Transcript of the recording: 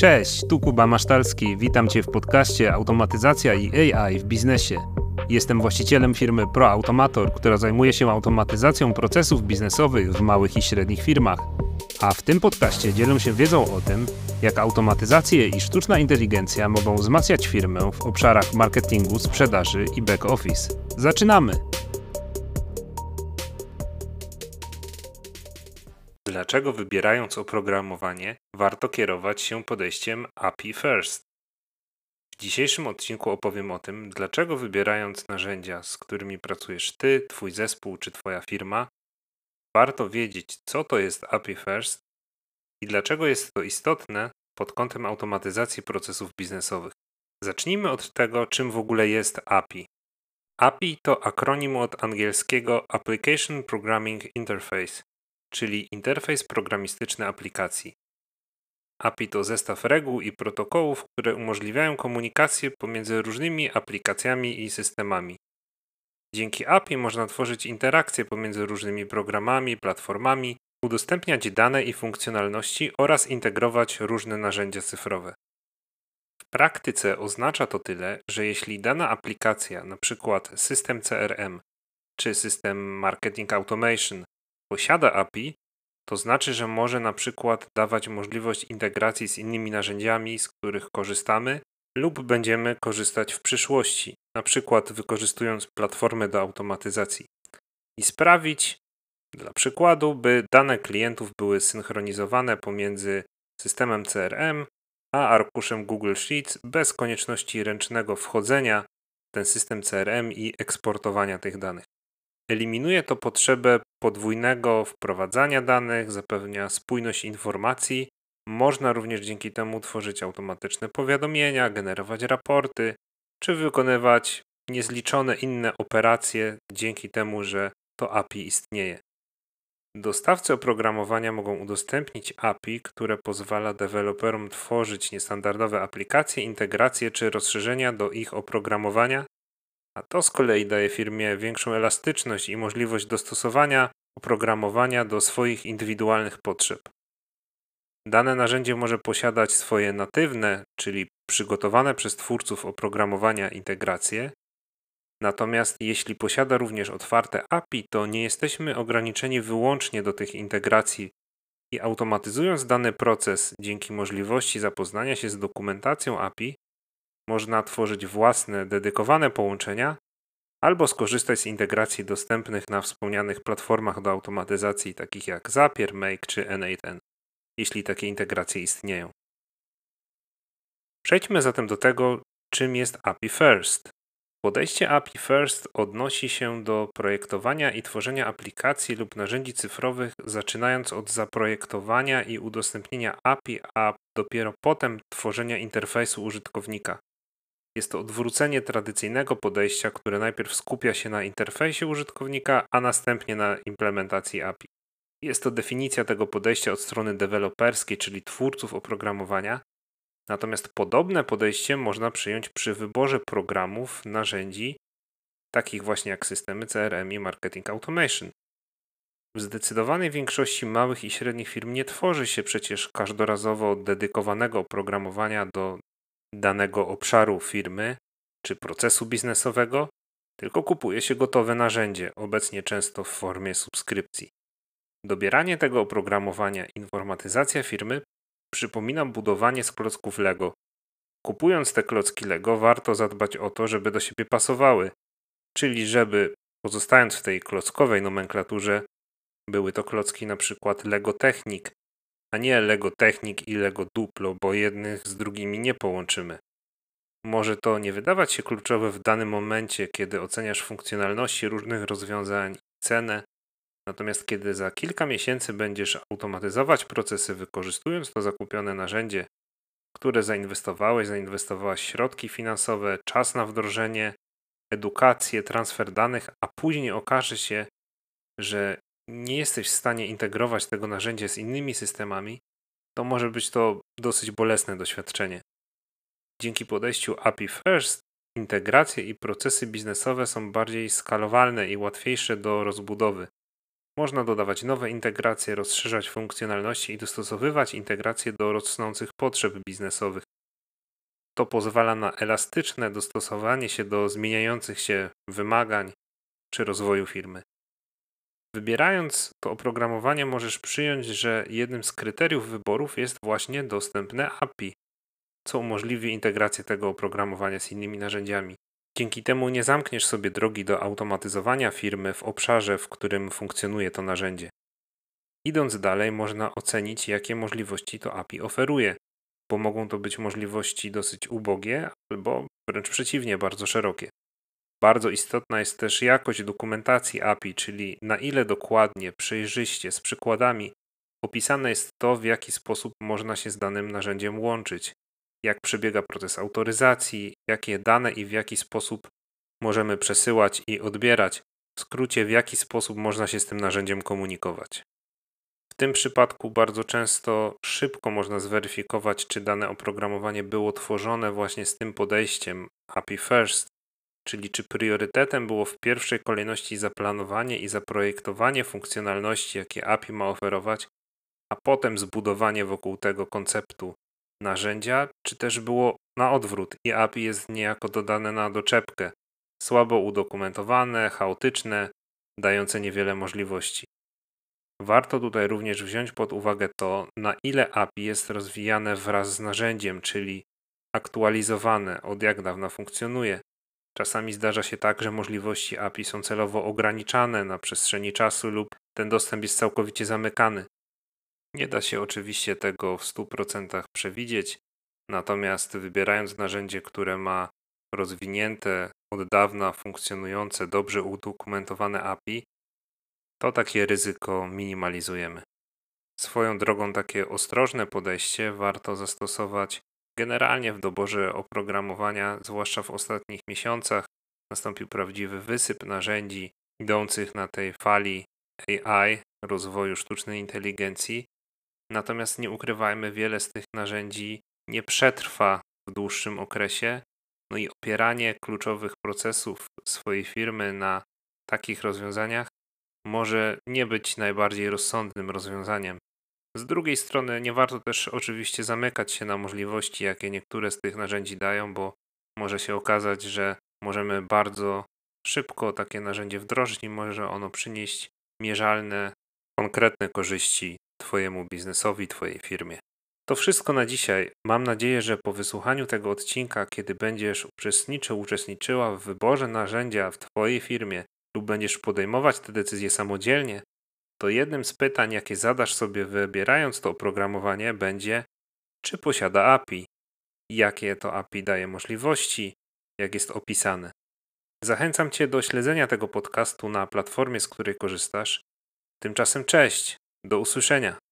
Cześć, tu Kuba Masztalski. Witam Cię w podcaście Automatyzacja i AI w biznesie. Jestem właścicielem firmy ProAutomator, która zajmuje się automatyzacją procesów biznesowych w małych i średnich firmach. A w tym podcaście dzielę się wiedzą o tym, jak automatyzacje i sztuczna inteligencja mogą wzmacniać firmę w obszarach marketingu, sprzedaży i back office. Zaczynamy! Dlaczego wybierając oprogramowanie warto kierować się podejściem API First? W dzisiejszym odcinku opowiem o tym, dlaczego wybierając narzędzia, z którymi pracujesz Ty, Twój zespół czy Twoja firma, warto wiedzieć, co to jest API First i dlaczego jest to istotne pod kątem automatyzacji procesów biznesowych. Zacznijmy od tego, czym w ogóle jest API. API to akronim od angielskiego Application Programming Interface, czyli interfejs programistyczny aplikacji. API to zestaw reguł i protokołów, które umożliwiają komunikację pomiędzy różnymi aplikacjami i systemami. Dzięki API można tworzyć interakcje pomiędzy różnymi programami, platformami, udostępniać dane i funkcjonalności oraz integrować różne narzędzia cyfrowe. W praktyce oznacza to tyle, że jeśli dana aplikacja, np. system CRM czy system Marketing Automation, posiada API, to znaczy, że może na przykład dawać możliwość integracji z innymi narzędziami, z których korzystamy lub będziemy korzystać w przyszłości, na przykład wykorzystując platformę do automatyzacji i sprawić, dla przykładu, by dane klientów były synchronizowane pomiędzy systemem CRM a arkuszem Google Sheets bez konieczności ręcznego wchodzenia w ten system CRM i eksportowania tych danych. Eliminuje to potrzebę podwójnego wprowadzania danych, zapewnia spójność informacji. Można również dzięki temu tworzyć automatyczne powiadomienia, generować raporty, czy wykonywać niezliczone inne operacje dzięki temu, że to API istnieje. Dostawcy oprogramowania mogą udostępnić API, które pozwala deweloperom tworzyć niestandardowe aplikacje, integracje czy rozszerzenia do ich oprogramowania, a to z kolei daje firmie większą elastyczność i możliwość dostosowania oprogramowania do swoich indywidualnych potrzeb. Dane narzędzie może posiadać swoje natywne, czyli przygotowane przez twórców oprogramowania integracje, natomiast jeśli posiada również otwarte API, to nie jesteśmy ograniczeni wyłącznie do tych integracji i automatyzując dany proces dzięki możliwości zapoznania się z dokumentacją API, można tworzyć własne, dedykowane połączenia albo skorzystać z integracji dostępnych na wspomnianych platformach do automatyzacji takich jak Zapier, Make czy N8N, jeśli takie integracje istnieją. Przejdźmy zatem do tego, czym jest API First. Podejście API First odnosi się do projektowania i tworzenia aplikacji lub narzędzi cyfrowych, zaczynając od zaprojektowania i udostępnienia API, a dopiero potem tworzenia interfejsu użytkownika. Jest to odwrócenie tradycyjnego podejścia, które najpierw skupia się na interfejsie użytkownika, a następnie na implementacji API. Jest to definicja tego podejścia od strony deweloperskiej, czyli twórców oprogramowania, natomiast podobne podejście można przyjąć przy wyborze programów, narzędzi, takich właśnie jak systemy CRM i Marketing Automation. W zdecydowanej większości małych i średnich firm nie tworzy się przecież każdorazowo dedykowanego oprogramowania do danego obszaru firmy czy procesu biznesowego, tylko kupuje się gotowe narzędzie, obecnie często w formie subskrypcji. Dobieranie tego oprogramowania informatyzacja firmy przypomina budowanie z klocków Lego. Kupując te klocki Lego warto zadbać o to, żeby do siebie pasowały, czyli żeby, pozostając w tej klockowej nomenklaturze, były to klocki np. Lego Technic, a nie Lego Technic i Lego Duplo, bo jednych z drugimi nie połączymy. Może to nie wydawać się kluczowe w danym momencie, kiedy oceniasz funkcjonalności różnych rozwiązań i cenę, natomiast kiedy za kilka miesięcy będziesz automatyzować procesy wykorzystując to zakupione narzędzie, które zainwestowałaś środki finansowe, czas na wdrożenie, edukację, transfer danych, a później okaże się, że nie jesteś w stanie integrować tego narzędzia z innymi systemami, to może być to dosyć bolesne doświadczenie. Dzięki podejściu API First integracje i procesy biznesowe są bardziej skalowalne i łatwiejsze do rozbudowy. Można dodawać nowe integracje, rozszerzać funkcjonalności i dostosowywać integracje do rosnących potrzeb biznesowych. To pozwala na elastyczne dostosowanie się do zmieniających się wymagań czy rozwoju firmy. Wybierając to oprogramowanie, możesz przyjąć, że jednym z kryteriów wyborów jest właśnie dostępne API, co umożliwi integrację tego oprogramowania z innymi narzędziami. Dzięki temu nie zamkniesz sobie drogi do automatyzowania firmy w obszarze, w którym funkcjonuje to narzędzie. Idąc dalej, można ocenić, jakie możliwości to API oferuje, bo mogą to być możliwości dosyć ubogie albo wręcz przeciwnie, bardzo szerokie. Bardzo istotna jest też jakość dokumentacji API, czyli na ile dokładnie, przejrzyście, z przykładami opisane jest to, w jaki sposób można się z danym narzędziem łączyć, jak przebiega proces autoryzacji, jakie dane i w jaki sposób możemy przesyłać i odbierać, w skrócie, w jaki sposób można się z tym narzędziem komunikować. W tym przypadku bardzo często szybko można zweryfikować, czy dane oprogramowanie było tworzone właśnie z tym podejściem API First, czyli czy priorytetem było w pierwszej kolejności zaplanowanie i zaprojektowanie funkcjonalności, jakie API ma oferować, a potem zbudowanie wokół tego konceptu narzędzia, czy też było na odwrót i API jest niejako dodane na doczepkę, słabo udokumentowane, chaotyczne, dające niewiele możliwości. Warto tutaj również wziąć pod uwagę to, na ile API jest rozwijane wraz z narzędziem, czyli aktualizowane, od jak dawna funkcjonuje. Czasami zdarza się tak, że możliwości API są celowo ograniczane na przestrzeni czasu lub ten dostęp jest całkowicie zamykany. Nie da się oczywiście tego w 100% przewidzieć, natomiast wybierając narzędzie, które ma rozwinięte, od dawna funkcjonujące, dobrze udokumentowane API, to takie ryzyko minimalizujemy. Swoją drogą takie ostrożne podejście warto zastosować generalnie w doborze oprogramowania, zwłaszcza w ostatnich miesiącach. Nastąpił prawdziwy wysyp narzędzi idących na tej fali AI, rozwoju sztucznej inteligencji. Natomiast nie ukrywajmy, wiele z tych narzędzi nie przetrwa w dłuższym okresie. No i opieranie kluczowych procesów swojej firmy na takich rozwiązaniach może nie być najbardziej rozsądnym rozwiązaniem. Z drugiej strony nie warto też oczywiście zamykać się na możliwości, jakie niektóre z tych narzędzi dają, bo może się okazać, że możemy bardzo szybko takie narzędzie wdrożyć i może ono przynieść mierzalne, konkretne korzyści Twojemu biznesowi, Twojej firmie. To wszystko na dzisiaj. Mam nadzieję, że po wysłuchaniu tego odcinka, kiedy będziesz uczestniczyła w wyborze narzędzia w Twojej firmie lub będziesz podejmować te decyzje samodzielnie, to jednym z pytań, jakie zadasz sobie wybierając to oprogramowanie, będzie, czy posiada API, jakie to API daje możliwości, jak jest opisane. Zachęcam Cię do śledzenia tego podcastu na platformie, z której korzystasz. Tymczasem cześć, do usłyszenia.